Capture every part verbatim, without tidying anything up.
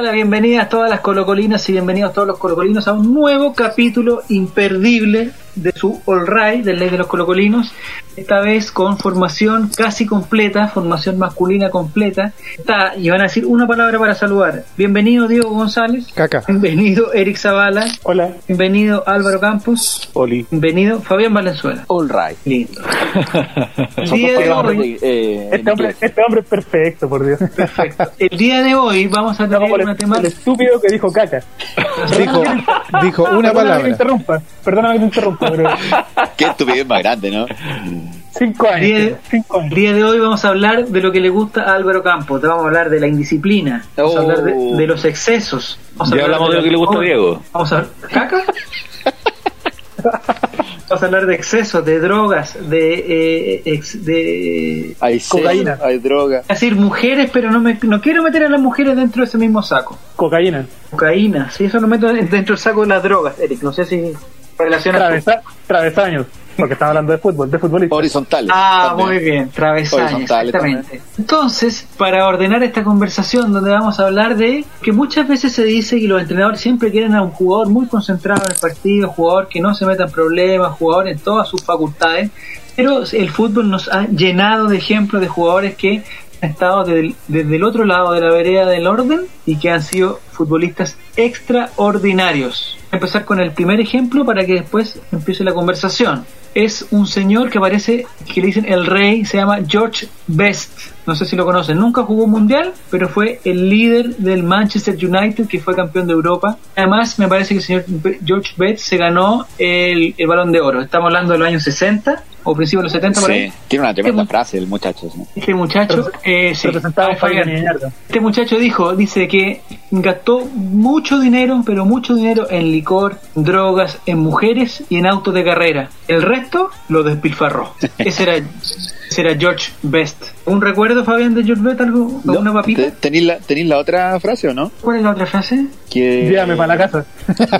Hola, bienvenidas todas las colocolinas y bienvenidos todos los colocolinos a un nuevo capítulo imperdible de su All Right, del Ley de los Colocolinos, esta vez con formación casi completa, formación masculina completa. Está, y van a decir una palabra para saludar. Bienvenido Diego González. Caca. Bienvenido Eric Zavala. Hola. Bienvenido Álvaro Campos. Oli. Bienvenido Fabián Valenzuela. All Right. Lindo. El día de hoy, eh, Este hombre, este hombre es perfecto, por Dios. perfecto. El día de hoy vamos a tener No, por el, una temática. el estúpido que dijo caca. Dijo, dijo una Perdóname que te palabra. interrumpa. Perdóname que te interrumpa, pero Qué estupidez más grande, ¿no? cinco El día, años. Cinco el años. día de hoy vamos a hablar de lo que le gusta a Álvaro Campos. Te vamos a hablar de la indisciplina. Vamos Oh. a hablar de, de los excesos. Vamos a Ya hablar hablamos de lo que le gusta a Diego. Vamos a ¿Caca? Vamos a hablar de excesos, de drogas, de eh, ex, de Hay Cocaína. sexo, hay droga. es decir, mujeres, pero no me no quiero meter a las mujeres dentro de ese mismo saco. Cocaína. Cocaína, sí, eso lo meto dentro del saco de las drogas, Eric. No sé si relaciona. Travesa, travesaños. Porque estaba hablando de fútbol, de futbolista. Horizontales. Ah, también. muy bien, travesaños, Horizontales exactamente. Entonces, para ordenar esta conversación donde vamos a hablar de que muchas veces se dice que los entrenadores siempre quieren a un jugador muy concentrado en el partido, jugador que no se meta en problemas, jugador en todas sus facultades, pero el fútbol nos ha llenado de ejemplos de jugadores que han estado desde el, desde el otro lado de la vereda del orden y que han sido futbolistas extraordinarios. Voy a empezar con el primer ejemplo para que después empiece la conversación. Es un señor que aparece, que le dicen el rey, se llama George Best. No sé si lo conocen, nunca jugó un mundial, pero fue el líder del Manchester United, que fue campeón de Europa. Además, me parece que el señor George Best se ganó el, el Balón de Oro. Estamos hablando de los años sesenta o principios de los setenta, por ahí. Sí, tiene una tremenda Este- frase el muchacho. ¿no? Este muchacho, eh, sí, Representaba ah, a Fabián Fabián. Gallardo. Este muchacho dijo, dice que gastó mucho dinero, pero mucho dinero en licor, drogas, en mujeres y en autos de carrera. El resto lo despilfarró. Ese era, ese era George Best. ¿Un recuerdo, Fabián, de George Best? ¿Algo? ¿Alguna papita? ¿te- ¿Tenéis la, tenéis la otra frase o no? ¿Cuál es la otra frase? Que... Llévame para la casa.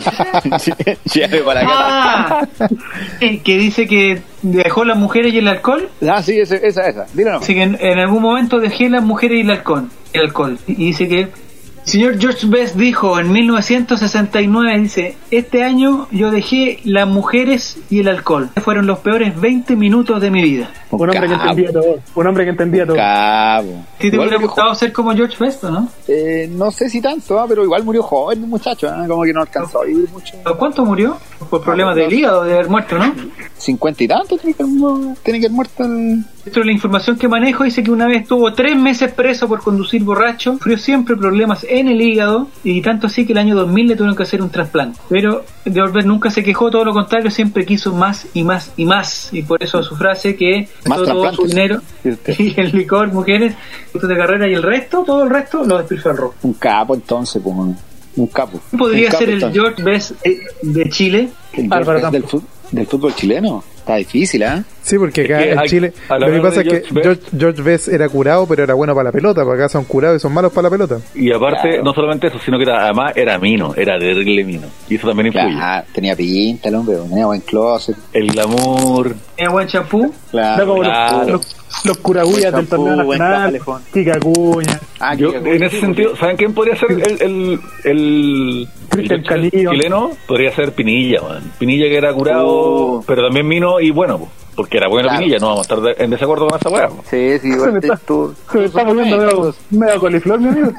Llévame para la casa. Ah, eh, que dice que dejó las mujeres y el alcohol. Ah, sí, esa, esa. esa. Dilo nomás. Dice que en, en algún momento dejé las mujeres y el alcohol. El alcohol. Y dice que el señor George Best dijo en mil novecientos sesenta y nueve, dice, este año yo dejé las mujeres y el alcohol. Fueron los peores veinte minutos de mi vida. Un hombre que Cabo. entendía todo. Un hombre que entendía todo. Cabo. ¿Sí te Igual hubiera murió gustado ser como George Best o no? jo- eh, no sé si tanto, ah, pero igual murió joven el muchacho, ¿eh? Como que no alcanzó a vivir mucho. ¿Pero cuánto murió? Por problemas del hígado, de haber muerto, ¿no? Cincuenta y tanto tiene que haber, tiene que haber muerto el... Dentro de la información que manejo dice que una vez estuvo tres meses preso por conducir borracho, sufrió siempre problemas en el hígado y tanto así que el año dos mil le tuvieron que hacer un trasplante. Pero George Best nunca se quejó, todo lo contrario, siempre quiso más y más y más. Y por eso su frase que Más todo, todo su trasplantes. dinero y el licor, mujeres, autos de carrera y el resto, todo el resto lo despilfarró. Un capo entonces, pues, un, un capo. Podría Un capo, ser el entonces. George Best de, de Chile. El Álvaro George Best del, fut- del fútbol chileno. Está difícil, ¿eh? Sí, porque acá Es que en hay- Chile al lo que hablar pasa es de que George Best- George, George Best era curado, pero era bueno para la pelota. Para acá son curados y son malos para la pelota. Y aparte, Claro. no solamente eso, sino que era, además era mino, era terrible mino. Y eso también influye. Claro, tenía pinta el hombre, tenía buen closet. El glamour. Tenía buen champú. Claro. No como claro. los, los, los curagullas Buen del torneo champú, buen nacional. calefón. Kika Cuña. Ah, Yo, que- en ese sentido, ¿saben quién podría ser el, el, el, el, Cristian el Calillo. chileno? Podría ser Pinilla, man. Pinilla que era curado, Oh. pero también mino y bueno, po, porque era bueno Claro. Pinilla, no vamos a estar de- en desacuerdo con esa weá. po. Sí, sí, Se igual me te- está, tú... se me está volviendo medio, medio coliflor, mi amigo.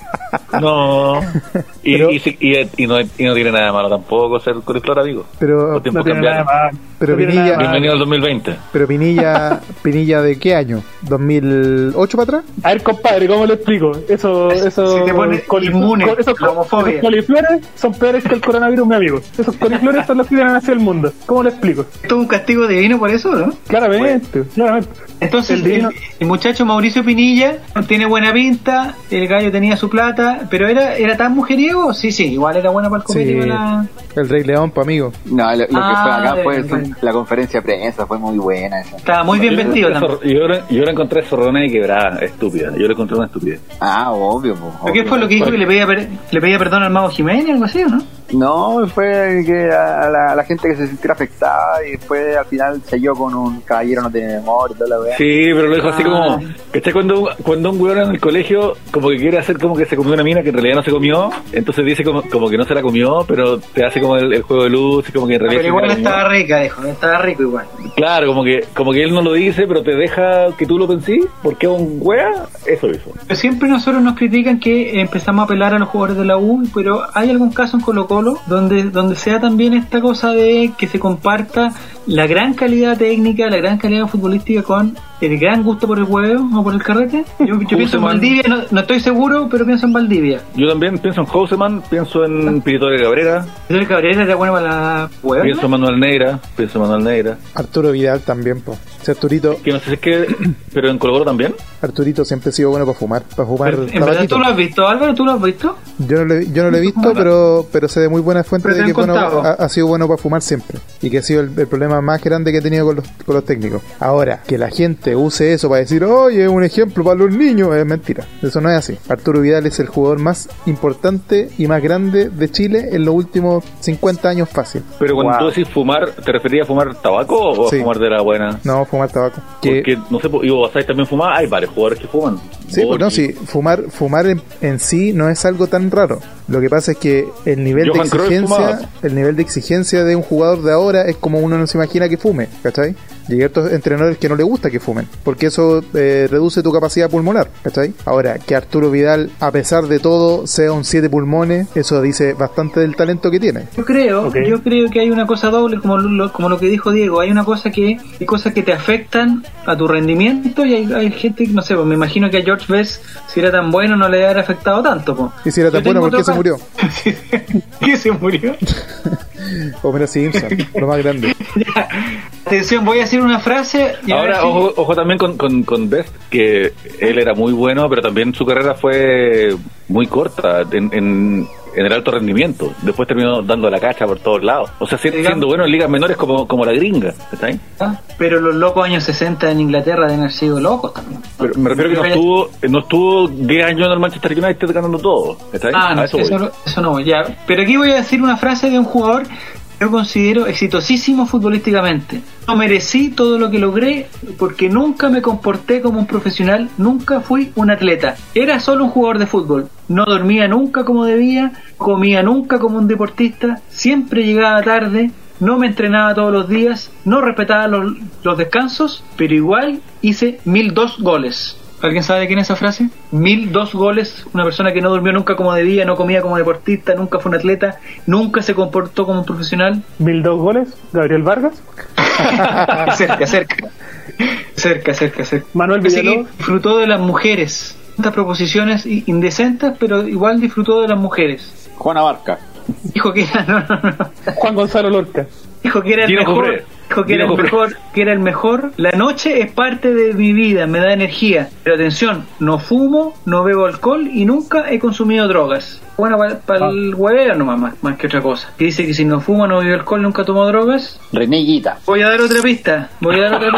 No. Y, Pero- y, si- y, y no, y no tiene nada de malo tampoco ser coliflor, amigo. Pero, Los tiempos No tiene nada cambiaron. más. Pero no tiene Pinilla- nada más. Bienvenido al dos mil veinte. pero Pinilla, Pinilla ¿de qué año? ¿dos mil ocho para atrás? A ver, compadre, ¿cómo le explico? Eso, eso, Se te pone colif- inmune, co- esos, la homofobia. esos coliflores son peores que el coronavirus, mi amigo. Esos coliflores son los que vienen hacia el mundo. ¿Cómo le explico? ¿Tuvo un castigo divino por eso, no? Claramente, claramente. Entonces, El el, divino- el muchacho Mauricio Pinilla tiene buena pinta, el gallo tenía su plata, pero era era tan mujeriego, sí, sí, igual era buena para el cometido. Sí. La... El Rey León, pa' amigo. No, lo, lo que fue Ah, acá fue de- de- la conferencia de prensa, fue muy buena esa. Estaba muy bien Yo- vestido yo, también. yo, yo, yo la encontré zorrona y quebrada, estúpida. Yo la encontré una estupidez. Ah, obvio, po, ¿Pero ¿Qué obvio. fue lo que dijo? ¿Que le pedía, per- le pedía perdón al Mago Jiménez o algo así, o no? No, fue que a la, a la gente que se sintiera afectada y después al final selló con un caballero no tiene memoria y toda la weá. Sí, pero lo dijo así como, ¿cachai? Cuando, cuando un weón en el colegio como que quiere hacer como que se comió una mina que en realidad no se comió, entonces dice como, como que no se la comió, pero te hace como el, el juego de luz y como que en realidad... Pero sí igual se la estaba comió. rica, dijo, estaba rico igual. Claro, como que como que él no lo dice, pero te deja que tú lo pensís, porque es un wea, eso hizo. Pero siempre nosotros nos critican que empezamos a apelar a los jugadores de la U, pero hay algún caso en Colo Colo donde, donde sea también esta cosa de que se comparta la gran calidad técnica, la gran calidad futbolística con el gran gusto por el huevo o por el carrete. Yo, yo pienso en Valdivia, no, no estoy seguro, pero pienso en Valdivia. Yo también pienso en Houseman, pienso en Pirito de Cabrera, ¿El Cabrera era bueno para la hueva? pienso en Manuel Negra, pienso en Manuel Negra, Arturo Vidal también, po. Si Arturito, que no sé si es que, pero en Colo Colo también. Arturito siempre ha sido bueno para fumar, para fumar Pero, ¿en verdad tabaquito. tú lo has visto, Álvaro? ¿Tú lo has visto? Yo no, le, yo no lo he visto, pero pero sé de muy buena fuente Pero de te que han bueno, contado. ha, ha sido bueno para fumar siempre. Y que ha sido el, el problema más grande que he tenido con los, con los técnicos. Ahora, que la gente use eso para decir, oye, es un ejemplo para los niños, es mentira. Eso no es así. Arturo Vidal es el jugador más importante y más grande de Chile en los últimos cincuenta años fácil. Pero cuando Wow. tú decís fumar, ¿te referías a fumar tabaco o Sí. a fumar de la buena? No, fumar tabaco. Que, Porque, no sé, Ivo Basay también fumaba, hay varios jugadores que fuman. sí, pues no, sí, fumar, fumar en, en sí no es algo tan raro. Lo que pasa es que el nivel Johan de Cruyff exigencia, fumaba. el nivel de exigencia de un jugador de ahora es como uno no se imagina que fume, ¿cachai? Y hay otros entrenadores que no les gusta que fumen, porque eso eh, reduce tu capacidad pulmonar, ¿cachai? Ahora, que Arturo Vidal, a pesar de todo, sea un siete pulmones, eso dice bastante del talento que tiene. Yo creo, Ok. yo creo que hay una cosa doble, como lo, como lo que dijo Diego, hay una cosa que, hay cosas que te afectan a tu rendimiento y hay, hay gente, no sé, pues me imagino que a George Best, si era tan bueno, no le habría afectado tanto, pues. Y si era tan Yo bueno, tengo ¿por qué se otra- murió? ¿Qué se murió? Homero Simpson, lo más grande. Ya. Atención, voy a decir una frase y a ver Ahora, si- ojo, ojo también con, con, con Best, que él era muy bueno, pero también su carrera fue muy corta en, en, en el alto rendimiento. Después terminó dando la cacha por todos lados. O sea, si- Digamos- siendo bueno en ligas menores como, como la gringa, ¿está ahí? Ah, pero los locos años sesenta en Inglaterra deben haber sido locos también. Pero me refiero que no estuvo no estuvo diez años en el Manchester United ganando todo, ¿está ahí? Ah, no, A eso eso, voy. no, eso no, ya. Pero aquí voy a decir una frase de un jugador que yo considero exitosísimo futbolísticamente. No merecí todo lo que logré porque nunca me comporté como un profesional, nunca fui un atleta. Era solo un jugador de fútbol. No dormía nunca como debía, comía nunca como un deportista, siempre llegaba tarde, no me entrenaba todos los días, no respetaba los, los descansos, pero igual hice mil dos goles. ¿Alguien sabe de quién es esa frase? Mil dos goles, una persona que no durmió nunca como debía, no comía como deportista, nunca fue un atleta, nunca se comportó como un profesional. Mil dos goles, Gabriel Vargas, cerca, cerca, cerca, cerca, cerca. Manuel Así que Villalobos. disfrutó de las mujeres. Estas proposiciones i- indecentes, pero igual disfrutó de las mujeres. Juana Barca. Dijo que era, no, no, no. Juan Gonzalo Lorca. Dijo que era el Gino mejor. Cofré. Dijo que Gino era el Cofré. mejor, que era el mejor. La noche es parte de mi vida, me da energía. Pero atención, no fumo, no bebo alcohol y nunca he consumido drogas. Bueno, para el huevero nomás, más, más que otra cosa. Que dice que si no fumo, no bebo alcohol, nunca tomo drogas. René Guita. Voy a dar otra pista. Voy a dar otra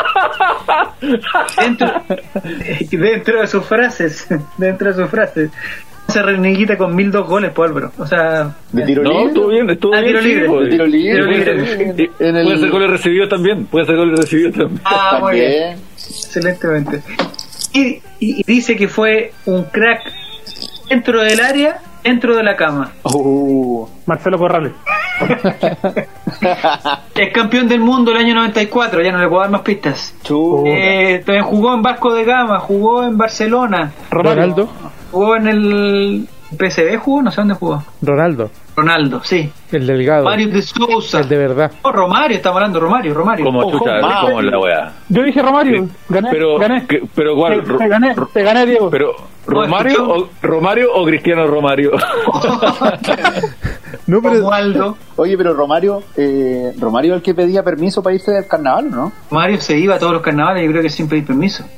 pista. Dentro, dentro de sus frases, dentro de sus frases. Se reneguita con mil dos goles, por Álvaro. O sea, De tiro No, libre. estuvo bien, estuvo Ah, bien. tiro sí, libre. pues. De tiro libre. Tiro libre. Y En Puede el- ser goles recibidos también, puede ser goles recibidos también. ah, muy bien. También. Excelentemente. Y, y- y dice que fue un crack dentro del área, dentro de la cama. Uh, Marcelo Corrales. Es campeón del mundo el año noventa y cuatro, ya no le puedo dar más pistas. chu. Eh, también jugó en Vasco de Gama, jugó en Barcelona, Ronaldo, jugó en el P S V, jugó, no sé dónde jugó. Ronaldo, Ronaldo, sí. el delgado, Mario de Sousa. el de verdad. Oh, Romario, estamos hablando, Romario, Romario. Como Ojo, chucha, más. como la weá. Yo dije Romario. Gané. Pero, gané. que- pero igual, te, te gané. Te gané, Diego. pero ¿Romario o, Romario o Cristiano Romario? No, pero como Aldo. Oye, pero Romario, eh, Romario es el que pedía permiso para irse del carnaval, ¿no? Mario se iba a todos los carnavales, yo creo que sin pedir permiso.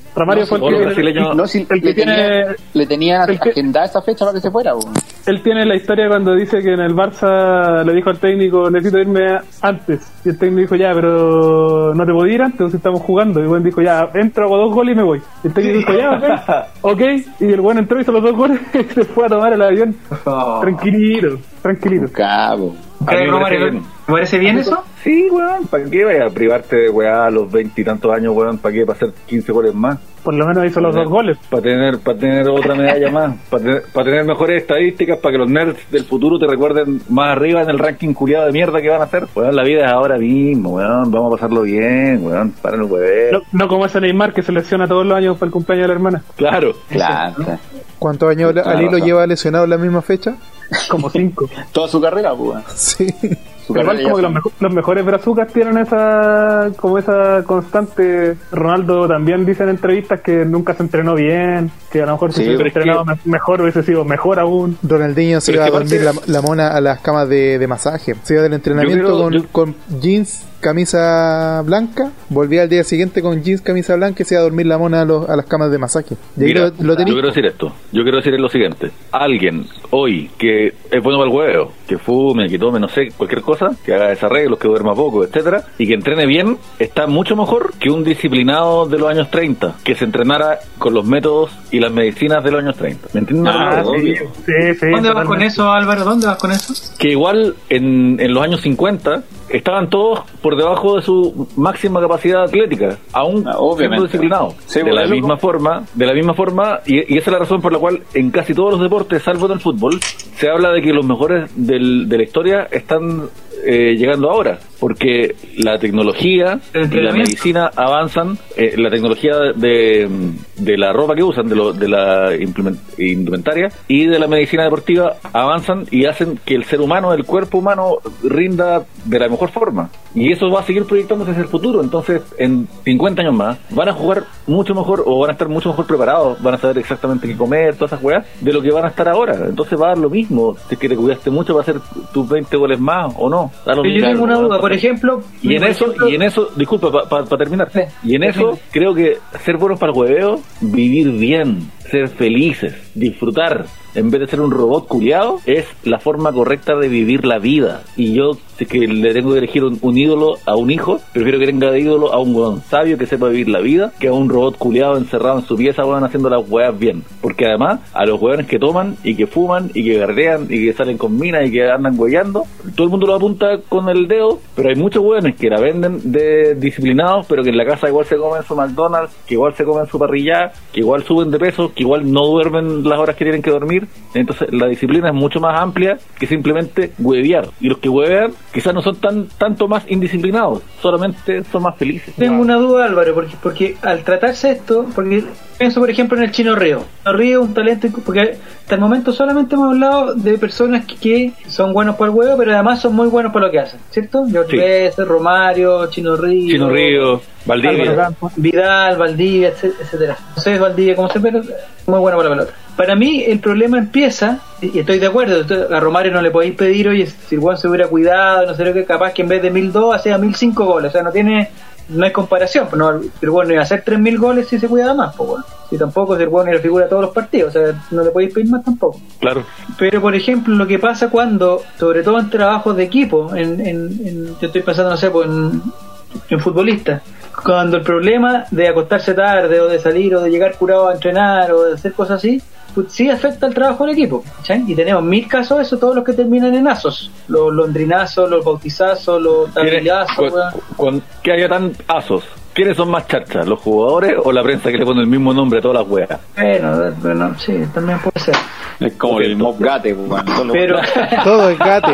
Romario No, fue sí, el Todos que, los brasileños. No, si el que le, tenía, tiene- le tenían el que- agendada esa fecha para que se fuera. Po. él tiene la historia cuando dice que en el Barça le dijo al técnico, necesito irme antes. Y el técnico dijo, ya, pero no te puedo ir antes, si estamos jugando. Y el buen dijo, ya, entro, hago dos goles y me voy. Y el técnico dijo, ya, ok, ok. Y el buen entró, hizo los dos goles y se fue a tomar el avión. Oh. Tranquilito, tranquilito. Cabo. A mí me Romario, parece bien. ¿te parece bien eso? Sí, weón, ¿para qué vaya a privarte de weá a los veintitantos años, weón? ¿Para qué? ¿Para hacer quince goles más? Por lo menos hizo los dos goles. Para tener, para tener otra medalla más, para tener, para tener mejores estadísticas, para que los nerds del futuro te recuerden más arriba en el ranking culiado de mierda que van a hacer. Weón, la vida es ahora mismo, weón, vamos a pasarlo bien, weón, para el hueveo. No, no como ese Neymar que se lesiona todos los años para el cumpleaños de la hermana. Claro. Claro. ¿Cuántos años Claro, al hilo claro. lleva lesionado en la misma fecha? Como cinco. Toda su carrera, pues. Sí. Su Igual carrera como que ya los, mejo- los mejores brazucas tienen esa como esa constante. Ronaldo también dice en entrevistas que nunca se entrenó bien, que a lo mejor si Sí, se hubiese pero es entrenado que- me- mejor hubiese sido mejor aún. Ronaldinho se Pero iba a es que dormir la, aparte- la mona a las camas de, de masaje. Se iba del entrenamiento Yo creo- con, yo- con jeans, camisa blanca. Volvía al día siguiente con jeans, camisa blanca y se iba a dormir la mona a, los- a las camas de masaje. Y ahí Mira, lo, lo yo tenía. quiero decir esto, yo quiero decir lo siguiente, alguien hoy que es bueno para el huevo, que fume, que tome, no sé, cualquier cosa, que haga desarreglos, que duerma poco, etcétera, y que entrene bien, está mucho mejor que un disciplinado de los años treinta, que se entrenara con los métodos y las medicinas de los años treinta. ¿Me entiendes? Ah, No, sí, obvio. sí, sí, ¿Dónde vas con totalmente. eso, Álvaro? ¿Dónde vas con eso? Que igual en, en los años cincuenta estaban todos por debajo de su máxima capacidad atlética, aún Ah, siendo obviamente. disciplinados. Sí, de por la eso- misma forma, de la misma forma, y, y esa es la razón por la cual en casi todos los deportes, salvo en el fútbol, se habla de que los mejores del, de la historia están eh, llegando ahora, porque la tecnología El y la entrenamiento. medicina avanzan, eh, la tecnología de, de la ropa que usan, de, lo, de la implement- indumentaria y de la medicina deportiva avanzan y hacen que el ser humano, el cuerpo humano rinda de la mejor forma, y eso va a seguir proyectándose hacia el futuro. Entonces en cincuenta años más van a jugar mucho mejor o van a estar mucho mejor preparados, van a saber exactamente qué comer, todas esas weas, de lo que van a estar ahora. Entonces va a dar lo mismo si es que te cuidaste mucho para hacer tus veinte goles más o no. Da lo Pero yo mismo. tengo una duda, por ejemplo. Y en por eso, ejemplo- y en eso, disculpa, para terminar, Sí. y en eso creo que ser buenos para el hueveo, vivir bien, ser felices, disfrutar, en vez de ser un robot culiado, es la forma correcta de vivir la vida. Y yo, si es que le tengo que elegir un, un ídolo a un hijo, prefiero que tenga de ídolo a un huevón sabio que sepa vivir la vida, que a un robot culiado encerrado en su pieza, huevón, haciendo las huevas bien. Porque además, a los huevones que toman y que fuman y que garrean y que salen con minas y que andan huellando, todo el mundo lo apunta con el dedo, pero hay muchos huevones que la venden de disciplinados, pero que en la casa igual se comen su McDonald's, que igual se comen su parrillada, que igual suben de peso, que igual no duermen las horas que tienen que dormir. Entonces la disciplina es mucho más amplia que simplemente huevear, y los que huevean quizás no son tan tanto más indisciplinados, solamente son más felices. Tengo una duda, Álvaro, porque, porque al tratarse esto, porque pienso por ejemplo en el Chino Río. Chino Río es un talento, porque hasta el momento solamente hemos hablado de personas que, que son buenos para el huevo, pero además son muy buenos para lo que hacen, ¿cierto? George Sí. Best, Romario, Chino Río, Chino Río, Álvaro Valdivia. Campos. Vidal, Valdivia, etc- etcétera. No sé Valdivia cómo se pero muy bueno para la pelota. Para mí el problema empieza, y estoy de acuerdo, estoy- a Romario no le podéis pedir, oye, si el Juan se hubiera cuidado, no sé lo que, capaz que en vez de mil dos hacía mil cinco goles, o sea, no tiene, no hay comparación, pues no, el Juan no iba a hacer tres mil goles si se cuidaba más, pues bueno. Y tampoco si el Juan era figura de todos los partidos, o sea, no le podéis pedir más tampoco. Claro. Pero, por ejemplo, lo que pasa cuando, sobre todo en trabajos de equipo, en, en, en- yo estoy pensando, no sé, pues en, en futbolistas, cuando el problema de acostarse tarde o de salir o de llegar curado a entrenar o de hacer cosas así, pues sí afecta el trabajo del equipo, ¿cachai? Y tenemos mil casos de eso, todos los que terminan en asos, los londrinazos, los bautizazos, los ¿Quiénes- tabillazos, cu- weón. cu- que haya tan asos? ¿Quiénes son más charchas, los jugadores o la prensa que le pone el mismo nombre a todas las weas? Bueno, bueno, sí, también puede ser. Es como el Mob Gate, pues, bueno, solo- Pero, Todo es gate.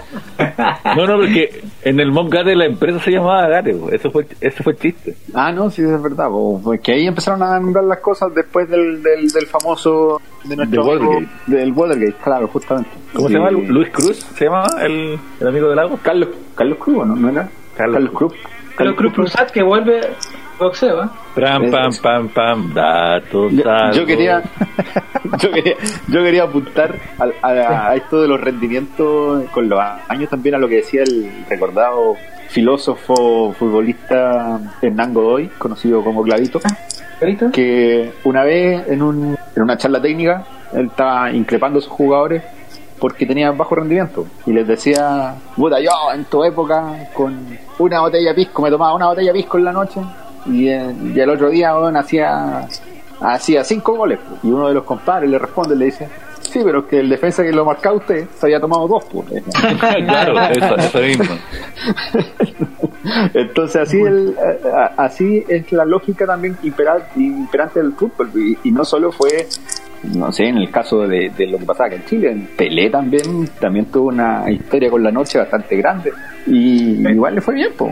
No, no, porque en el Mob Gate la empresa se llamaba Gate, po. eso fue ese fue el chiste. Ah, no, sí, es verdad. Pues, pues que ahí empezaron a nombrar las cosas después del, del, del famoso de nuestro Del amigo- Watergate. del Watergate, claro, justamente. ¿Cómo Sí. se llama? Luis Cruz, ¿se llamaba el, el amigo del lago? Carlos, Carlos Cruz, ¿no? ¿No era? Carlos Carlos Cruz. pero Cruz Cruzat que vuelve boxeo, ¿eh? Pam, pam, pam, pam, datos, Yo, datos. yo quería yo quería yo quería apuntar a, a- a esto de los rendimientos con los años, también a lo que decía el recordado filósofo futbolista Hernán Godoy, conocido como Clavito, ¿Listo? que una vez en, un, en una charla técnica él estaba increpando a sus jugadores porque tenían bajo rendimiento y les decía, puta, yo en tu época con una botella de pisco me tomaba una botella de pisco en la noche y, eh, y el otro día bueno, hacía hacía cinco goles pues. Y uno de los compadres le responde, le dice, sí, pero es que el defensa que lo marcaba usted se había tomado dos pues. Claro, eso, eso mismo. Entonces así el, así es la lógica también imperante del fútbol y, y no solo fue, no sé, en el caso de, de lo que pasaba acá en Chile, en Pelé también también tuvo una historia con la noche bastante grande y igual le fue bien pues.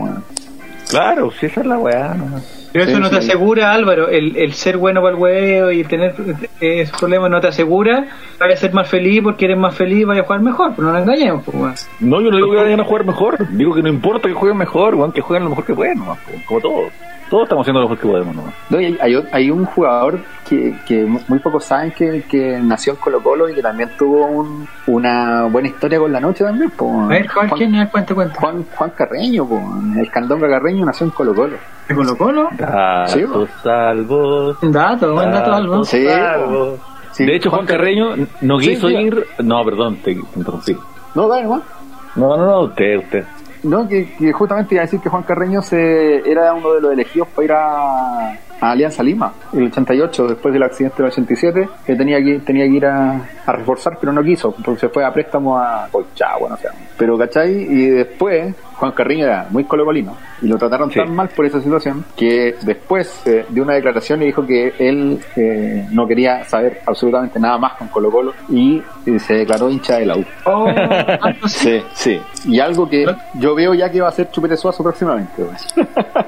Claro, si esa es la weá, ¿no? Pero eso Sí, no te sí. asegura, Álvaro, el, el ser bueno para el huevo y tener esos problemas no te asegura vaya a ser más feliz porque eres más feliz, vaya a jugar mejor, pero no nos engañemos, pues, weón. No, yo no digo que vayan a jugar mejor, digo que no importa que jueguen mejor, weón, que jueguen lo mejor que pueden, ¿no? Como todos. Todos estamos haciendo lo mejor que podemos, ¿no? No, y hay, hay, hay un jugador que, que muy pocos saben que, que nació en Colo Colo y que también tuvo un, una buena historia con la noche también pues. A ver, Juan, ¿quién es? Cuenta, cuenta. Juan, Juan Carreño pues. El Candonga Carreño nació en Colo Colo. ¿De Colo Colo? Datos Sí, weón. salvos. Un dato, buen dato, Álvaro. Sí, salvos. Sí, De hecho, Juan Carreño no Sí, quiso sí. ir. No, perdón, te interrumpí. No, dale, ¿no? No, no, no, usted, usted. No, que, que justamente iba a decir que Juan Carreño se, era uno de los elegidos para ir a, a Alianza Lima, el ochenta y ocho, después del accidente del ochenta y siete, que tenía que, tenía que ir a, a reforzar, pero no quiso, porque se fue a préstamo a Colchagua, no sé. Pero, ¿cachai? Y después, Juan Carreño era muy colocolino, y lo trataron Sí. tan mal por esa situación, que después eh, de una declaración le dijo que él eh, no quería saber absolutamente nada más con Colo Colo, y eh, se declaró hincha de la U. Oh, ah, no sé. Sí, sí. Y algo que yo veo ya que va a ser Chupete Suazo próximamente, güey.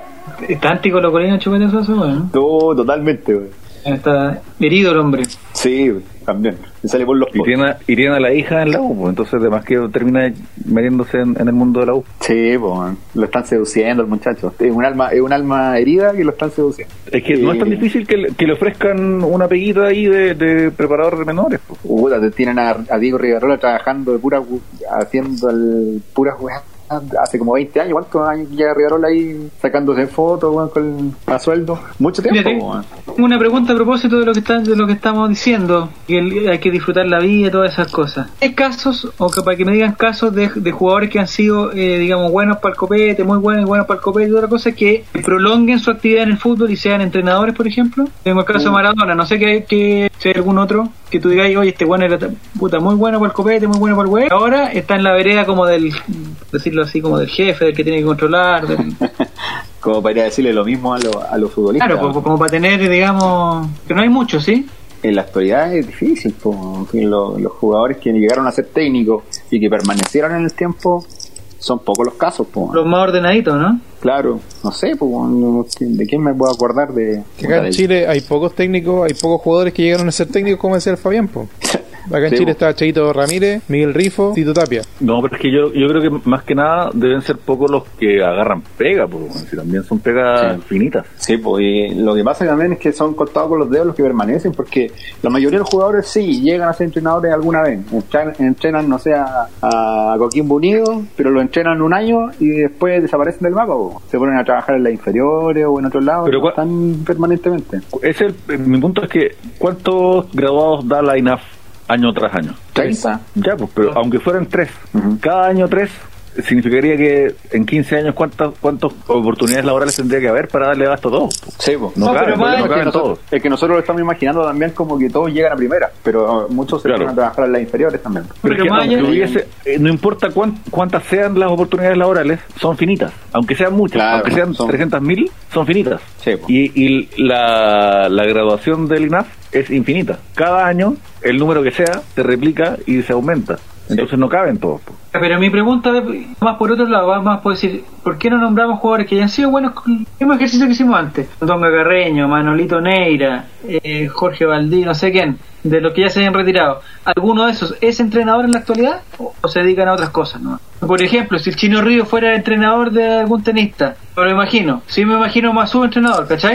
Está anticolocolino Chupete Suazo, weón. No, totalmente, güey. Está herido el hombre. Sí, güey, también. Me sale por los Y poros. tiene, y tiene a la hija en la U, pues, entonces además que termina metiéndose en, en el mundo de la U. Sí, pues, lo están seduciendo el muchacho. Es un alma, es un alma herida que lo están seduciendo. Es que no es tan Eh, difícil que le, que le ofrezcan una peguita ahí de, de preparador de menores. Pues. Puta, te tienen a, a Diego Rivarola trabajando de pura, gu- haciendo el pura weá hace como veinte años. ¿Cuántos años llega Rivarola ahí sacándose fotos, weón, con a sueldo? Mucho tiempo, Mira, weón. tengo una pregunta a propósito de lo que está, de lo que estamos diciendo, que el- hay que disfrutar la vida y todas esas cosas. ¿Hay casos, o que para que me digan casos de, de jugadores que han sido, eh, digamos, buenos para el copete, muy buenos y buenos para el copete y otra cosa, que prolonguen su actividad en el fútbol y sean entrenadores, por ejemplo? Tengo el caso de Maradona, no sé que, que si hay algún otro que tú digas, oye, este bueno era puta muy bueno para el copete, muy bueno para el huevo. Ahora está en la vereda como del, decirlo así, como del jefe, del que tiene que controlar, del, Como para ir a decirle lo mismo a, lo- a los futbolistas. claro, como, como para tener, digamos, que no hay muchos, ¿sí? En la actualidad es difícil, po. En fin, lo- los jugadores que llegaron a ser técnicos y que permanecieron en el tiempo son pocos los casos, po. Los más ordenaditos, ¿no? Claro, no sé, po, no- ¿de quién me puedo acordar? De Que acá en Chile hay pocos técnicos, hay pocos jugadores que llegaron a ser técnicos, como decía el Fabián, po. Acá en Sí, Chile po. está Cheito Ramírez, Miguel Rifo, Tito Tapia. No, pero es que yo, yo creo que más que nada deben ser pocos los que agarran pega, pues, si también son pegas Sí. finitas. Sí, pues y lo que pasa también es que son contados con los dedos los que permanecen, porque la mayoría de los jugadores sí llegan a ser entrenadores alguna vez. Entrenan, entrenan no sé, a, a Coquimbo Unido, pero lo entrenan un año y después desaparecen del mapa, po. Se ponen a trabajar en las inferiores o en otros lados, Pero pero cua- están permanentemente. Es el, mi punto es que ¿cuántos graduados da la I N A F año tras año? treinta. Ya, pues, pero aunque fueran tres, Ujú. cada año tres, significaría que en quince años cuántas cuántas oportunidades laborales tendría que haber para darle gasto a todos. pues. Sí, po. No, No, caben, pero no más- caben Es que, nosotros, todos. es que nosotros lo estamos imaginando también como que todos llegan a primera, pero muchos se Claro. van a trabajar en las inferiores también. Pero, Pero es que más aunque allá- hubiese, eh, no importa cuán- cuántas sean las oportunidades laborales, son finitas. Aunque sean muchas, Claro, aunque sean son- trescientas mil, son finitas. Sí, po. Y, y la, la graduación del I N A F es infinita. Cada año, el número que sea, se replica y se aumenta. Entonces no caben todos. po. Pero mi pregunta va más por otro lado, va más por decir, ¿por qué no nombramos jugadores que hayan sido buenos con el mismo ejercicio que hicimos antes? Tonga Carreño, Manolito Neira, eh, Jorge Valdí, no sé quién, de los que ya se hayan retirado. ¿Alguno de esos es entrenador en la actualidad o, o se dedican a otras cosas? ¿No? Por ejemplo, si el Chino Río fuera entrenador de algún tenista, no lo imagino, sí me imagino más subentrenador, ¿cachai?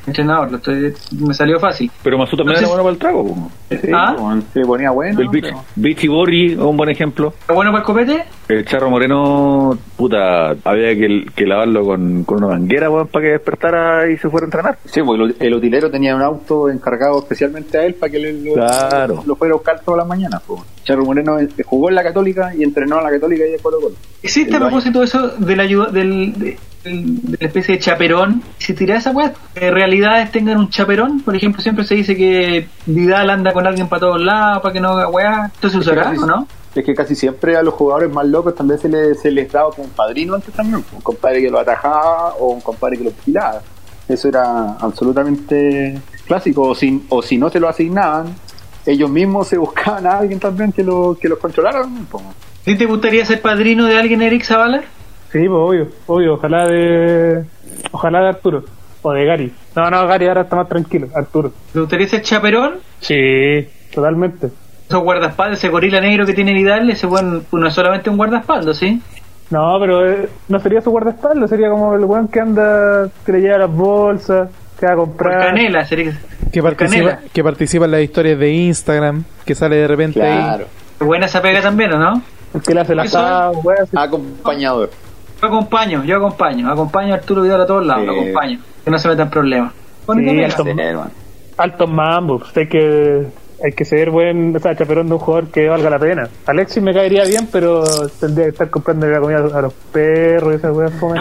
entrenador, lo estoy, me salió fácil. Pero Masú también Entonces- era bueno para el trago. po. Sí, ¿Ah? bueno, se ponía bueno. El Beach, pero- Beachy Borri es un buen ejemplo. ¿Está bueno para el copete? El Charro Moreno, puta, había que, que lavarlo con, con una manguera, weón, para que despertara y se fuera a entrenar. Sí, porque el, el utilero tenía un auto encargado especialmente a él para que le, lo, Claro. lo fuera a buscar todas las mañanas. Pues. Charro Moreno eh, jugó en la Católica y entrenó en la Católica y en Colo Colo. ¿Existe a El baño. propósito de eso, de la ayuda, del, de, del- de la especie de chaperón? Si tirá esa weá, que realidades tengan un chaperón, por ejemplo, siempre se dice que Vidal anda con alguien para todos lados, para que no haga weá. ¿Esto se usará casi- o no? Es que casi siempre a los jugadores más locos también se les, se les daba como un padrino antes también, un compadre que lo atajaba o un compadre que lo vigilaba. Eso era absolutamente clásico, o si, o si no se lo asignaban, ellos mismos se buscaban a alguien también que, lo, que los controlara. pues. ¿Sí te gustaría ser padrino de alguien, Eric Zavala? Sí, pues obvio, obvio, ojalá de ojalá de Arturo o de Gary. No, no, Gary ahora está más tranquilo, Arturo. ¿Te gustaría ser chaperón? Sí, totalmente. Esos guardaespaldas, ese gorila negro que tiene Vidal, ese buen, no es solamente un guardaespaldas, ¿sí? No, pero eh, no sería su guardaespaldas, sería como el weón que anda, que le lleva las bolsas, que va a Por comprar. Canela, sería Que participa, Canela. que participa en las historias de Instagram, que sale de repente Claro, Buena esa pega también, ¿o no? El que le hace la Eso- asado, weón, así. acompañador. Yo acompaño, yo acompaño, acompaño a Arturo Vidal a todos lados, Sí. lo acompaño, que no se metan problemas. Bonita Sí, pega. alto- Sí, hermano. Altos mambos, pues, hay que hay que ser buen, o sea, chaperón de un jugador que valga la pena. Alexis me caería bien, pero tendría que estar comprando la comida a los perros y esas weas fome.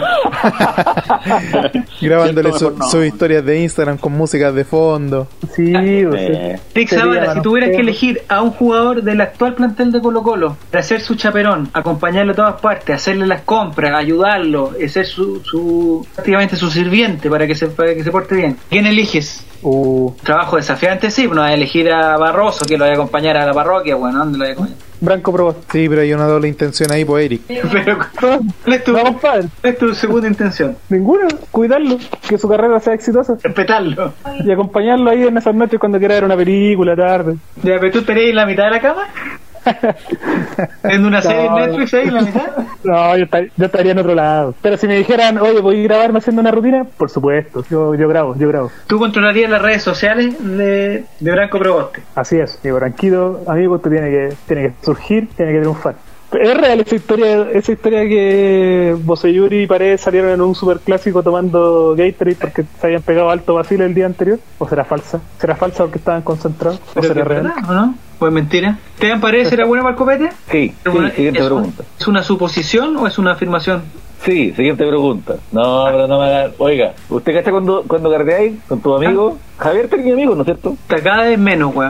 grabándole Siento su- mejor no. sus historias de Instagram con músicas de fondo. Sí, pues, Eh, sí. Rick Sería Zavala, si Manos tuvieras que Perros. elegir a un jugador del actual plantel de Colo Colo para ser su chaperón, acompañarlo a todas partes, hacerle las compras, ayudarlo, eh, ser su, su prácticamente su sirviente para que se para que se porte bien, ¿quién eliges? Uh, Trabajo desafiante, sí, no vas a elegir a Barroso que lo vaya a acompañar a la parroquia, bueno, ¿dónde lo vaya a acompañar? Branco Proboste. Sí, pero hay una doble intención ahí, pues Eric. Pero, ¿cuál es tu, No, compadre, cuál es tu segunda intención? ninguna. Cuidarlo, que su carrera sea exitosa Respetarlo. y acompañarlo ahí en esas noches cuando quiera ver una película tarde. ¿Ya, pero tú estarías en la mitad de la cama? ¿En una serie en No. Netflix ahí en la mitad? No, yo, estar- yo estaría en otro lado. Pero si me dijeran, oye, ¿voy a grabarme haciendo una rutina? Por supuesto, yo, yo grabo, yo grabo. ¿Tú controlarías las redes sociales de, de Branco Proboste? Así es, mi branquito, amigo, usted tiene que, tiene que surgir, tiene que triunfar. ¿Es real esa historia, esa historia que Boseyuri y Paredes salieron en un superclásico tomando Gatorade porque se habían pegado alto vacilo el día anterior? ¿O será falsa? ¿Será falsa porque estaban concentrados? ¿O Pero será que es real? verdad, ¿o no? ¿O es mentira? ¿Te parece será buena para el copete? Sí, ¿Es sí, una- siguiente es un- pregunta. ¿Es una suposición o es una afirmación? Sí, siguiente pregunta. No, pero no me hagan. Oiga, ¿usted cacha cuando, cuando carreáis con tu amigo? Javier tenía amigo, ¿no es cierto? Está cada vez menos, weón.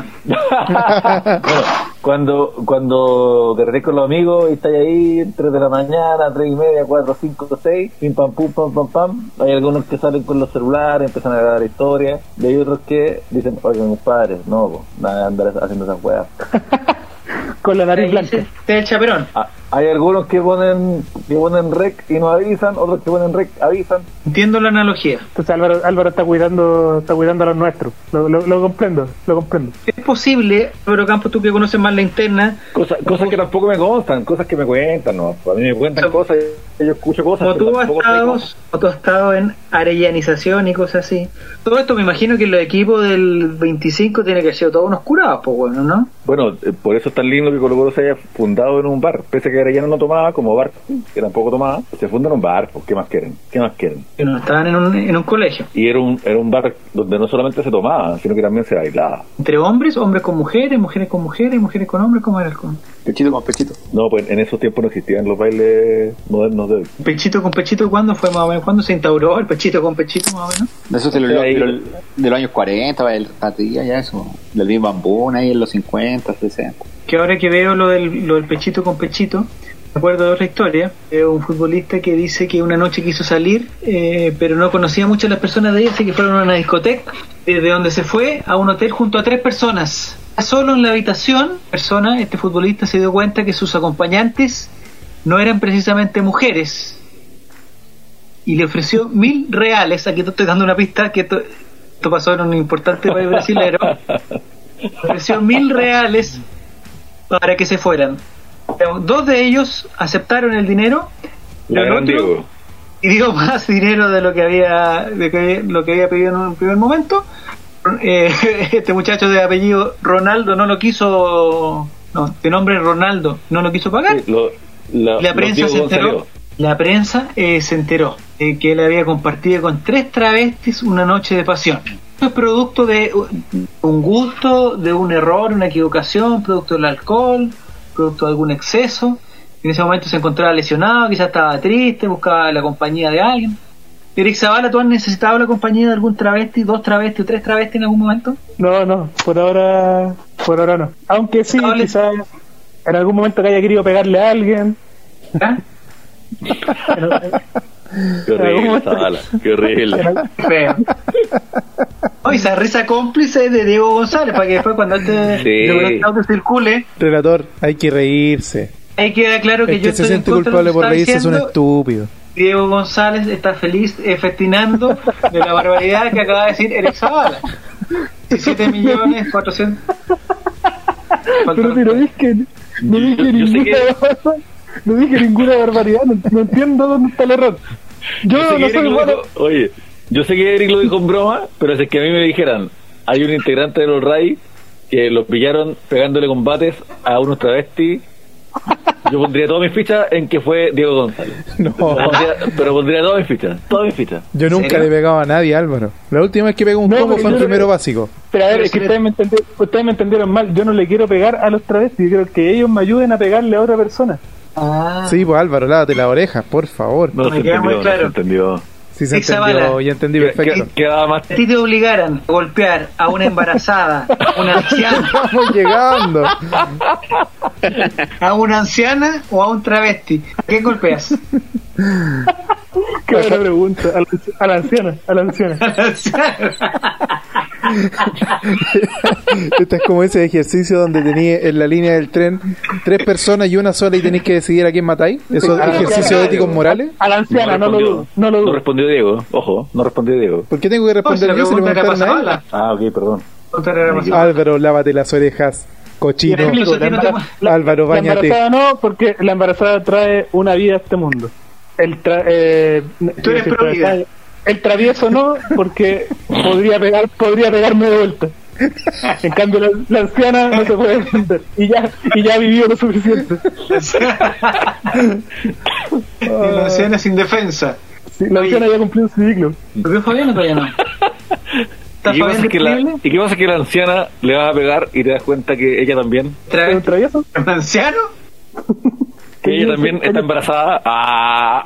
Bueno, cuando, cuando carreáis con los amigos y estáis ahí, tres de la mañana, tres y media, cuatro, cinco, seis, pim pam pum pam pam pam, hay algunos que salen con los celulares, empiezan a grabar historias, y hay otros que dicen, oye, mis padres, no, po, nada de andar haciendo esas weas. Con la nariz Ahí blanca. dice, Este es el chaperón. Ah, hay algunos que ponen que ponen rec y no avisan, otros que ponen rec avisan. Entiendo la analogía. Entonces Álvaro, Álvaro está cuidando está cuidando a los nuestros. Lo, lo, lo comprendo, lo comprendo. Es posible, pero Campos, tú que conoces más la interna, Cosas, cosas que tampoco me constan, cosas que me cuentan, ¿no? A mí me cuentan Como- cosas, yo escucho cosas. como pero tú has tampoco sé estado, cómo. o tú has estado en arellanización y cosas así. Todo esto me imagino que los equipos del veinticinco tienen que ser todos unos curados, pues bueno, ¿no? Bueno, eh, por eso es tan lindo que Colo Colo se haya fundado en un bar. Pese a que Arellano no tomaba como bar, que tampoco tomaba, se funda en un bar, pues, ¿qué más quieren? ¿Qué más quieren? Que no estaban en un, en un colegio. Y era un, era un bar donde no solamente se tomaba, sino que también se bailaba. Entre hombres, hombres con mujeres, mujeres con mujeres, mujeres con hombres, ¿cómo era el con? Pechito con pechito. No, pues en esos tiempos no existían los bailes modernos de hoy. Pechito con pechito, ¿cuándo fue más o menos? ¿Cuándo se instauró el pechito con pechito más o menos? Eso se lo Sí, ahí- de, los- de los años cuarenta, el Patilla, ya eso. Del Big Bamboo ahí en los cincuenta, sesenta. Que ahora que veo lo del, lo del pechito con pechito, me acuerdo de otra historia, de un futbolista que dice que una noche quiso salir, eh, pero no conocía mucho a las personas de ella, así que fueron a una discoteca, desde donde se fue a un hotel junto a tres personas. Solo en la habitación, persona, este futbolista se dio cuenta que sus acompañantes no eran precisamente mujeres, y le ofreció mil reales, aquí te estoy dando una pista, que esto, esto pasó en un importante país brasilero, le ofreció mil reales para que se fueran. Dos de ellos aceptaron el dinero, La pero el gran otro, Diego. y dio más dinero de lo que había de que, lo que había pedido en un primer momento. Eh, este muchacho de apellido Ronaldo no lo quiso, no, de nombre Ronaldo, no lo quiso pagar. Sí, lo, la, la prensa se enteró, la prensa eh, se enteró de que él había compartido con tres travestis una noche de pasión. Esto es producto de un gusto, de un error, una equivocación, producto del alcohol, producto de algún exceso. En ese momento se encontraba lesionado, quizás estaba triste, buscaba la compañía de alguien. Eric Zavala, ¿tú has necesitado la compañía de algún travesti, dos travestis o tres travestis en algún momento? No, no, por ahora, por ahora no. Aunque sí, no, quizás en algún momento que haya querido pegarle a alguien. ¿Ah? Pero, Qué horrible, Zavala, qué horrible. Feo. Oh, esa risa cómplice de Diego González, para que después cuando este Sí. auto circule, Relator, hay que reírse. hay que quedar claro que El yo que se estoy en siente contra de lo culpable que por está reírse es un diciendo. estúpido. Diego González está feliz eh, festinando de la barbaridad que acaba de decir Eric Zavala. diecisiete millones cuatrocientos. pero si no dije, no dije Yo- yo sé ninguna que- no dije ninguna barbaridad, no, no entiendo dónde está el error. Yo, Yo sé que no Eric soy lo bueno. dijo- oye, yo sé que Eric lo dijo en broma, pero si es que a mí me dijeran, hay un integrante de los Ray que lo pillaron pegándole combates a unos travestis, yo pondría todas mis fichas en que fue Diego González. No, Pondría- pero pondría todas mis fichas, todas mis fichas. yo nunca serio? le he pegado a nadie, Álvaro. La última vez que pegó un No, combo pero fue en yo- primero básico. Pero a ver, Pero es que si ustedes me, entendi- ustedes me entendieron mal. Yo no le quiero pegar a los travestis, yo quiero que ellos me ayuden a pegarle a otra persona. Ah, Sí, pues Álvaro, lávate la oreja, por favor. No Me se queda muy entendió, no claro. se entendió. Si se Eric Zavala. entendió, ya entendí Que- perfecto. que- Quedaba más. a ti te obligaran a golpear a una embarazada, a una anciana, Estamos llegando. a una anciana o a un travesti, ¿a quién golpeas? Qué buena pregunta. A la, a la anciana, a la anciana. A la anciana. Este es como ese ejercicio donde tenéis en la línea del tren tres personas y una sola y tenéis que decidir a quién matáis. Esos Ah, ejercicios claro. éticos morales. A la anciana, no, lo respondió. dudo. No lo No dudo. respondió Diego, ojo, no respondió Diego. ¿Por qué tengo que No, si responder la yo si le pregunta era preguntaron a él? pasada. Ah, ok, perdón. Álvaro, lávate las orejas, cochino. Ya, incluso a ti no te- La- Álvaro, La báñate. embarazada no, porque la embarazada trae una vida a este mundo. El tra eh, Tú eres el pro vida. tra- El travieso no, porque podría pegar, podría pegarme de vuelta. En cambio la, la anciana no se puede defender y ya y ya ha vivido lo suficiente. La anciana sin defensa. Sí, la Oye. anciana ya cumplió su ciclo. ¿Por qué Fabián o todavía no? ¿Está ¿Y qué, pasa Fabián que la, disponible? ¿Y qué pasa que la anciana le va a pegar y te das cuenta que ella también, ¿Es un ¿Travesti? travieso? ¿Un anciano? que ella también está embarazada? Ah.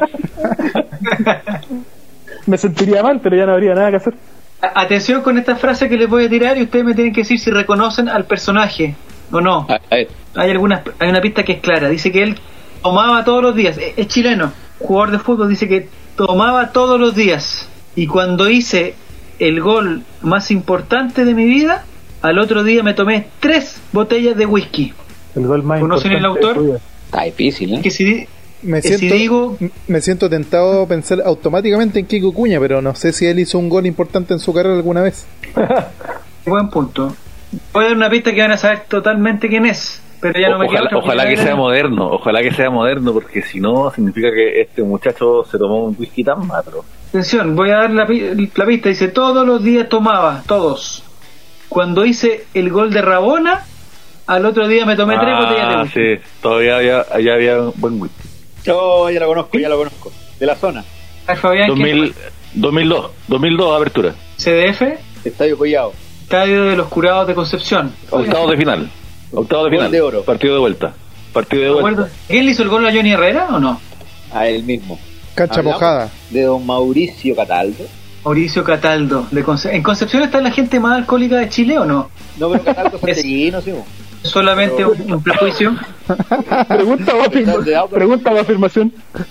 Me sentiría mal, pero ya no habría nada que hacer. A- Atención con esta frase que les voy a tirar y ustedes me tienen que decir si reconocen al personaje o no. A, a ver, Hay algunas, hay una pista que es clara. Dice que él tomaba todos los días. Es, es chileno, jugador de fútbol. Dice que tomaba todos los días. Y cuando hice el gol más importante de mi vida, al otro día me tomé tres botellas de whisky. El gol más ¿Conocen el importante de autor? su vida. está difícil, ¿eh? Que si, di- Me que si siento, digo, me siento tentado a pensar automáticamente en Kiko Cuña, pero no sé si él hizo un gol importante en su carrera alguna vez. buen punto. Voy a dar una pista que van a saber totalmente quién es. Pero ya no me queda ojalá otra ojalá que oportunidad. sea moderno, ojalá que sea moderno, porque si no, significa que este muchacho se tomó un whisky tan matro. Atención, voy a dar la, pi- la pista. Dice, todos los días tomaba, todos. Cuando hice el gol de Rabona, al otro día me tomé tres botellas de Ah, whisky. sí, todavía había, allá había un buen whisky. Yo ya lo conozco, ya lo conozco. De la zona. Ay, Fabián, dos mil, ¿quién dos mil dos, dos mil dos apertura, fue? C D F, Estadio Collado. Estadio de los Curados de Concepción. octavos de final, octavos de Gol final, de oro. partido de vuelta, partido de ¿Me vuelta. acuerdo? ¿Quién le hizo el gol a Johnny Herrera o no? A él mismo. Cancha Hablamos mojada. De don Mauricio Cataldo. Mauricio Cataldo. De Conce- ¿En Concepción está la gente más alcohólica de Chile o no? No, pero Cataldo santiaguino, sí. mo. Solamente un, un prejuicio. Pregunta o, afirma- pregunta o afirmación.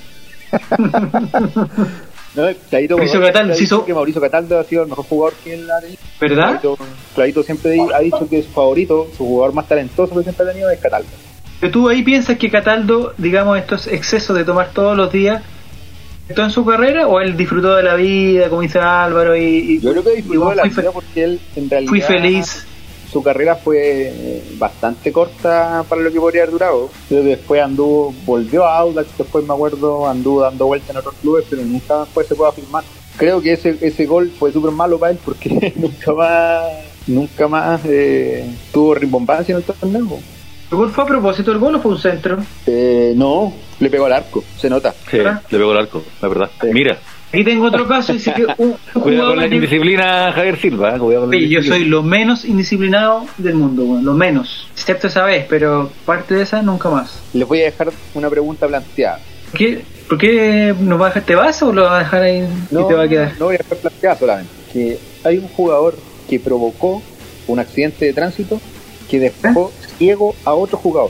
No, Clarito, Mauricio Godoy Cataldo, ha sí, dicho so- que Mauricio Cataldo ha sido el mejor jugador que él ha tenido. ¿Verdad? Clarito, Clarito siempre di- ha dicho que su favorito, su jugador más talentoso que siempre ha tenido es Cataldo. Pero tú ahí piensas que Cataldo, digamos, estos excesos de tomar todos los días, ¿esto en su carrera o él disfrutó de la vida, como dice Álvaro? Y, y- Yo creo que y disfrutó de la fui, fe- vida porque él en realidad fui feliz. su carrera fue bastante corta para lo que podría haber durado. Pero después anduvo, volvió a Audax, después me acuerdo, anduvo dando vueltas en otros clubes, pero nunca después se pudo afirmar. Creo que ese ese gol fue súper malo para él porque nunca más nunca más eh, tuvo rimbombancia en el torneo. ¿El gol fue a propósito del gol o fue un centro? Eh, no, le pegó al arco, se nota. Sí, ¿verdad? le pegó el arco, la verdad. Sí. Mira, Aquí tengo otro caso, dice que un, un cuidado con jugador la de- indisciplina, Javier Silva. ¿eh? Cuidado con la Sí, yo indisciplina. soy lo menos indisciplinado del mundo, bueno, lo menos, excepto esa vez, pero parte de esa nunca más. Les voy a dejar una pregunta planteada. ¿Por qué, ¿por qué nos va a dejar, te vas o lo vas a dejar ahí y No, te va a quedar? no voy a dejar planteada solamente. Que hay un jugador que provocó un accidente de tránsito que dejó ciego a otro jugador.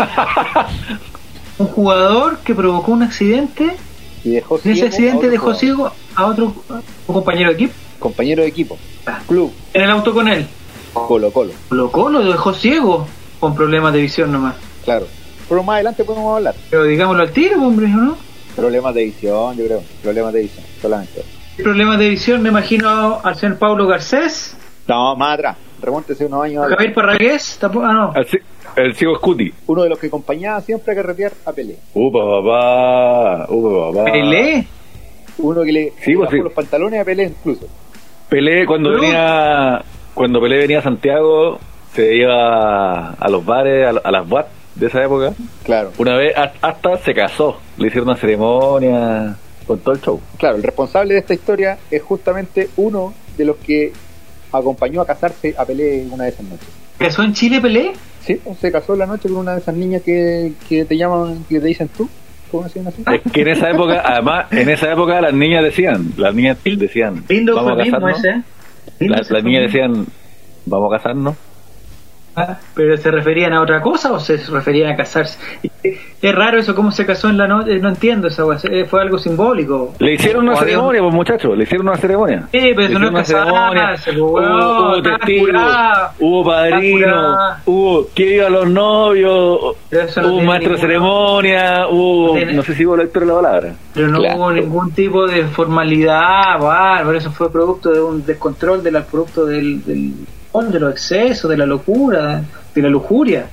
Un jugador que provocó un accidente Y dejó y ese ciego a accidente otro dejó jugador. ciego a otro un compañero de equipo Compañero de equipo. Ah. Club. en el auto con él. Colo Colo. Colocó, lo dejó ciego con problemas de visión nomás. Claro. Pero más adelante podemos hablar. Pero digámoslo al tiro, hombre, ¿no? Problemas de visión, yo creo. Problemas de visión, solamente. Problemas de visión, me imagino al señor Pablo Garcés, No, más atrás. Remóntese unos años atrás. Javier Parragués, tampoco, ah no. El, ci- el ciego Scuti. Uno de los que acompañaba siempre a carretear a Pelé. Upa, papá. Upa, papá. Pelé, Uno que le Sí, pues, bajó sí. los pantalones a Pelé incluso. Pelé cuando Pero- venía cuando Pelé venía a Santiago se iba a los bares, a, a las boats de esa época. Claro. Una vez a- hasta se casó, le hicieron una ceremonia con todo el show. Claro, el responsable de esta historia es justamente uno de los que acompañó a casarse a Pelé una de esas noches. ¿casó en Chile Pelé? Sí, pues, se casó la noche con una de esas niñas que, que te llaman, que te dicen tú. ¿Cómo se llama así? Es que en esa época, además, en esa época las niñas decían, las niñas decían, Lindo vamos a eufemismo casarnos. ese, ¿eh? Lindo La- ese las niñas eufemismo. decían, vamos a casarnos. Ah, ¿pero se referían a otra cosa o se referían a casarse? Es raro eso, cómo se casó en la noche, no entiendo eso, fue algo simbólico. Le hicieron una O había un- ceremonia, pues muchachos, le hicieron una ceremonia. Sí, pero Le eso no es hicieron una ceremonia. casarse, pues, Hubo, weón, hubo está testigos, curado. hubo padrino, curado. hubo que iba a los novios, Pero eso no hubo un tiene maestro de ninguna- ceremonia, hubo, no tiene- no sé si hubo lector de la palabra. Pero no Claro. hubo ningún tipo de formalidad, bárbaro, eso fue producto de un descontrol, de la, producto del, del de los excesos, de la locura, de la lujuria.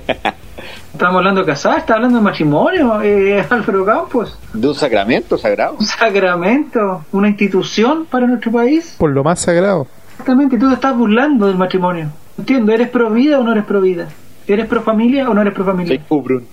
Estamos hablando de casar, está hablando de matrimonio, eh, Álvaro Campos. De un sacramento sagrado. Un sacramento, una institución para nuestro país. Por lo más sagrado. Exactamente, tú te estás burlando del matrimonio. Entiendo, ¿eres pro vida o no eres pro vida? ¿Eres pro familia o no eres pro Soy familia? Kubrun.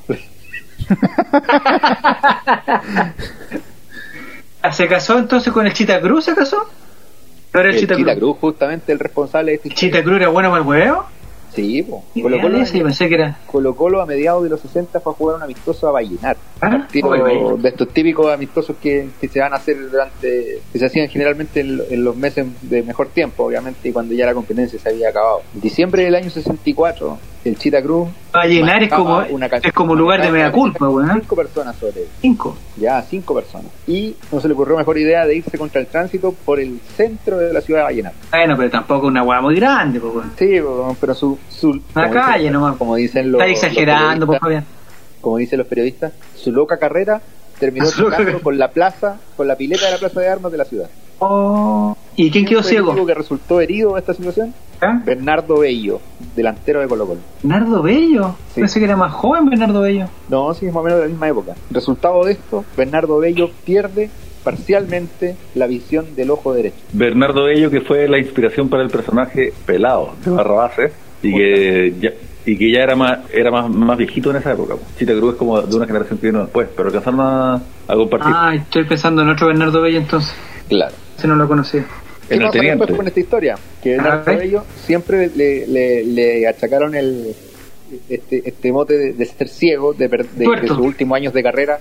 ¿Se casó entonces con el Chita Cruz? ¿Se casó? ¿No era el, El Chita, Chita Cruz? Cruz, justamente el responsable de este ¿El Chita Cruz era bueno para el huevo? Sí, po. ¿Y Colo Colo, ese? Yo pensé que era... Colo Colo a mediados de los sesenta fue a jugar un amistoso a Vallenar. Ah, Partido oye, Vallenar. de estos típicos amistosos que, que se van a hacer durante, que se hacían generalmente en, lo- en los meses de mejor tiempo, obviamente, y cuando ya la competencia se había acabado. En diciembre del año sesenta y cuatro, el Chita Cruz Vallenar es como, marcaba una cantidad- es como lugar de mea culpa, weón. cinco personas sobre él. Cinco. Ya, cinco personas. Y no se le ocurrió mejor idea de irse contra el tránsito por el centro de la ciudad de Vallenar. Bueno, pero tampoco una hueá muy grande, pues, weón. Sí, po, pero su... su Una como calle dicen- nomás. Como dicen los... Está exagerando, por los periodistas, favor. como dicen los periodistas, su loca carrera terminó Su loca chocando carrera. con la plaza, con la pileta de la plaza de armas de la ciudad. Oh. ¿Y quién quedó fue el ciego? único que resultó herido en esta situación? ¿Ah? Bernardo Bello, delantero de Colo Colo. Bernardo Bello. Sí. Pensé que era más joven Bernardo Bello. No, sí, es más o menos de la misma época. Resultado de esto, Bernardo Bello pierde parcialmente la visión del ojo derecho. Bernardo Bello, que fue la inspiración para el personaje Pelado de Barrabás, y que ya, y que ya era más era más, más viejito en esa época. Chita Cruz es como de una generación que vino después, pero alcanzaron a, a compartir. Ah, estoy pensando en otro Bernardo Bello entonces. Claro. Ese no lo conocía. ¿Qué En el pasa teniente. después con esta historia? Que A Bernardo ver. Bello siempre le, le, le achacaron el este, este mote de, de ser ciego, de, per- de, de Tuerto. sus últimos años de carrera,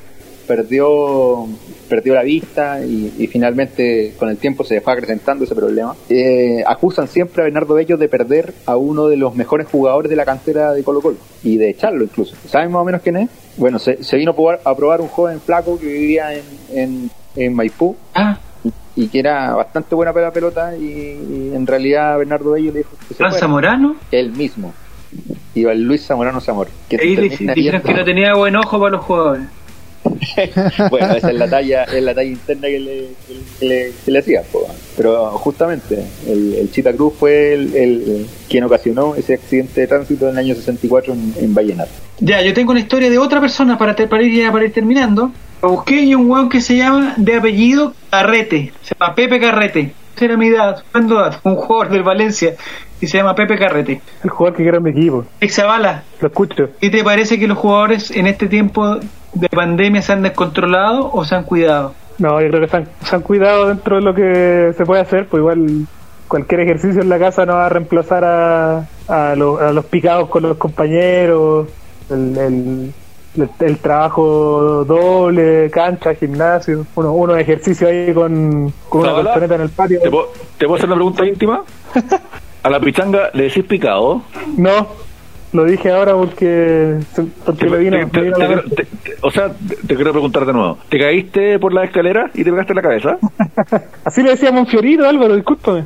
perdió perdió la vista y, y finalmente con el tiempo se fue acrecentando ese problema. Eh, acusan siempre a Bernardo Bello de perder a uno de los mejores jugadores de la cantera de Colo Colo y de echarlo incluso. ¿Saben más o menos quién es? Bueno, se, se vino a probar, a probar un joven flaco que vivía en, en, en Maipú Ah, y que era bastante buena para la pelota y, y en realidad Bernardo Bello le dijo que se Fran fuera. Zamorano. Él mismo, Iba el Luis Zamorano Zamor, que Ahí le termina dijeron yendo- que no tenía buen ojo para los jugadores. bueno, esa es la talla, es la talla interna que le, que le, que le hacía, po. Pero justamente, el, el Chita Cruz fue el, el, el quien ocasionó ese accidente de tránsito en el año sesenta y cuatro en, en Vallenar. Ya, yo tengo una historia de otra persona para, te, para, ir, ya, para ir terminando. Lo busqué y un weón que se llama de apellido Carrete, se llama Pepe Carrete. Esa era mi edad, un jugador del Valencia y se llama Pepe Carrete. El jugador que quiere mi equipo. Exavala. Lo escucho. ¿Y te parece que los jugadores en este tiempo de pandemia se han descontrolado o se han cuidado? No, yo creo que se han, se han cuidado dentro de lo que se puede hacer, pues igual cualquier ejercicio en la casa no va a reemplazar a, a, lo, a los picados con los compañeros, el, el, el, el trabajo doble, cancha, gimnasio, uno, uno ejercicio ahí con, con una colchoneta en el patio. ¿Te puedo, ¿Te puedo hacer una pregunta íntima? ¿A la pichanga le decís picado? No, lo dije ahora porque, porque te, me vino, te, me vino te, la... te, te, O sea, te, te quiero preguntar de nuevo. ¿Te caíste por la escalera y te pegaste en la cabeza? Así le decía Monfiorito, Álvaro, discúlpame.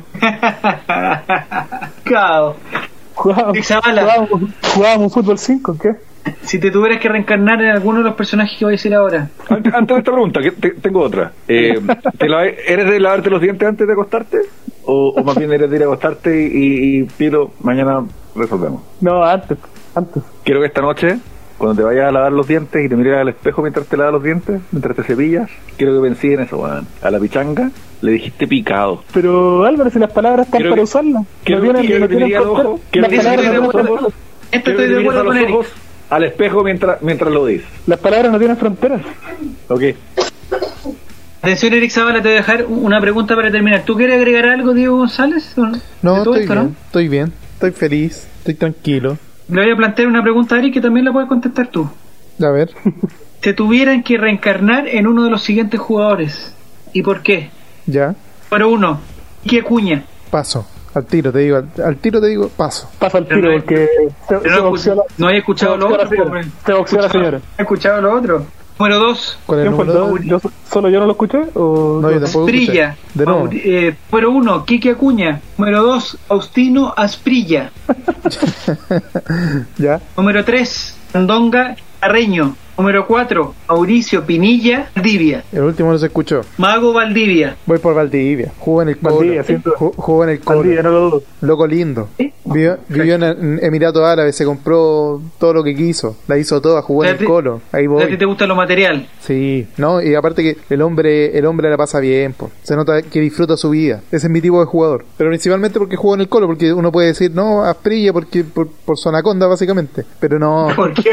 Cao. Jugábamos, jugábamos, jugábamos fútbol cinco, ¿qué? Si te tuvieras que reencarnar en alguno de los personajes que voy a decir ahora. Antes, antes de esta pregunta, que te, tengo otra. Eh, ¿te la, ¿Eres de lavarte los dientes antes de acostarte? ¿O, o más bien eres de ir a acostarte y, y pido, mañana resolvemos? No, antes, antes. Quiero que esta noche, cuando te vayas a lavar los dientes y te mires al espejo mientras te lavas los dientes, mientras te cepillas, quiero que penses en eso, man. A la pichanga le dijiste picado. Pero Álvaro, si las palabras están quiero para que, usarlas. Quiero, no tienen, quiero no que te mires al ojo. Quiero que te mires a los ojos. Esto estoy de acuerdo con Eric. Al espejo mientras mientras lo dices. Las palabras no tienen fronteras. Ok. Atención, Eric Zavala, te voy a dejar una pregunta para terminar. ¿Tú quieres agregar algo, Diego González? No, estoy esto, bien, ¿no? estoy bien, estoy feliz, estoy tranquilo. Le voy a plantear una pregunta a Eric que también la puedes contestar tú. A ver. Te tuvieran que reencarnar en uno de los siguientes jugadores. ¿Y por qué? Ya. Número uno, Quique Acuña. Paso. Al tiro te digo, al, al tiro te digo, paso. Pasa al tiro no, porque se, se no, boxeó la, no he escuchado lo otro. señora. Se boxeó la señora. ¿He escuchado lo otro? Número dos, ¿Cuál es el ¿Quién fue el número dos? dos? ¿Yo, ¿Solo yo no lo escuché? ¿O No, yo tampoco Asprilla. escuché. De nuevo. Mauri- eh, número uno, Quique Acuña. Número dos, Faustino Asprilla. Ya. Número tres, Andonga Carreño. Número cuatro, Mauricio Pinilla Valdivia. El último no se escuchó. Mago Valdivia. Voy por Valdivia. Jugó en el Colo. Valdivia, siento. Ju- Jugó en el Colo. Valdivia, no lo dudo. Loco lindo. ¿Sí? Vivió, vivió en, en Emiratos Árabes, se compró todo lo que quiso. La hizo toda, jugó en el Colo. Ahí ¿A ti voy. te gusta lo material? Sí, no, y aparte que el hombre el hombre la pasa bien, po. Se nota que disfruta su vida. Ese es mi tipo de jugador. Pero principalmente porque jugó en el Colo, porque uno puede decir, no, Asprilla porque por, por su anaconda básicamente. Pero no, ¿Por qué?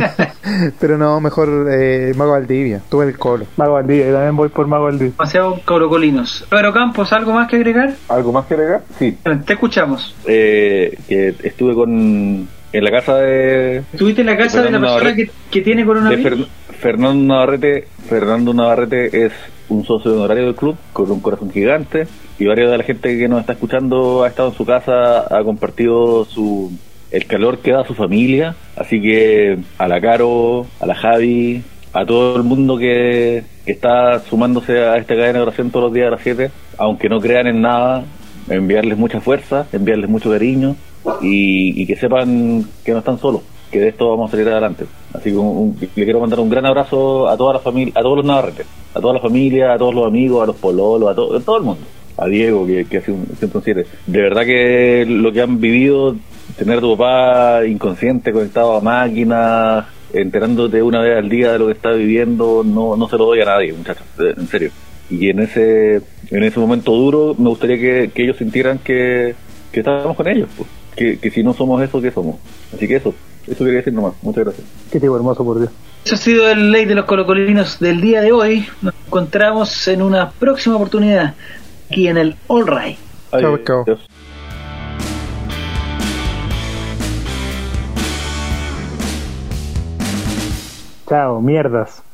pero no, mejor eh, Mago Valdivia. Tuve el Colo. Mago Valdivia, yo también voy por Mago Valdivia. Demasiado colocolinos. Álvaro Campos, ¿algo más que agregar? ¿Algo más que agregar? Sí. Te escuchamos. Eh, que estuve con en la casa de, ¿Estuviste en la casa de la Fernando persona que, Navarrete. que tiene de coronavirus? Fer- Fernando Navarrete. Fernando Navarrete es un socio honorario del club con un corazón gigante y varios de la gente que nos está escuchando ha estado en su casa, ha compartido su el calor que da a su familia, así que a la Caro, a la Javi, a todo el mundo que, que está sumándose a esta cadena de oración todos los días a las siete, aunque no crean en nada, enviarles mucha fuerza, enviarles mucho cariño y, y que sepan que no están solos, que de esto vamos a salir adelante. Así que un, un, le quiero mandar un gran abrazo a toda la familia, a todos los Navarretes, a toda la familia, a todos los amigos, a los pololos, a, to, a todo el mundo. A Diego, que, que hace un, siempre un siete. De verdad que lo que han vivido, tener a tu papá inconsciente, conectado a máquinas, enterándote una vez al día de lo que está viviendo, no, no se lo doy a nadie, muchachos, en serio. Y en ese en ese momento duro me gustaría que, que ellos sintieran que, que estábamos con ellos, pues. que, que si no somos eso, ¿qué somos? Así que eso, eso quería decir nomás. Muchas gracias. Qué tipo hermoso, por Dios. Eso ha sido el ley de los colocolinos del día de hoy. Nos encontramos en una próxima oportunidad aquí en el All Right. Chao, chao. Adiós. Chao, mierdas.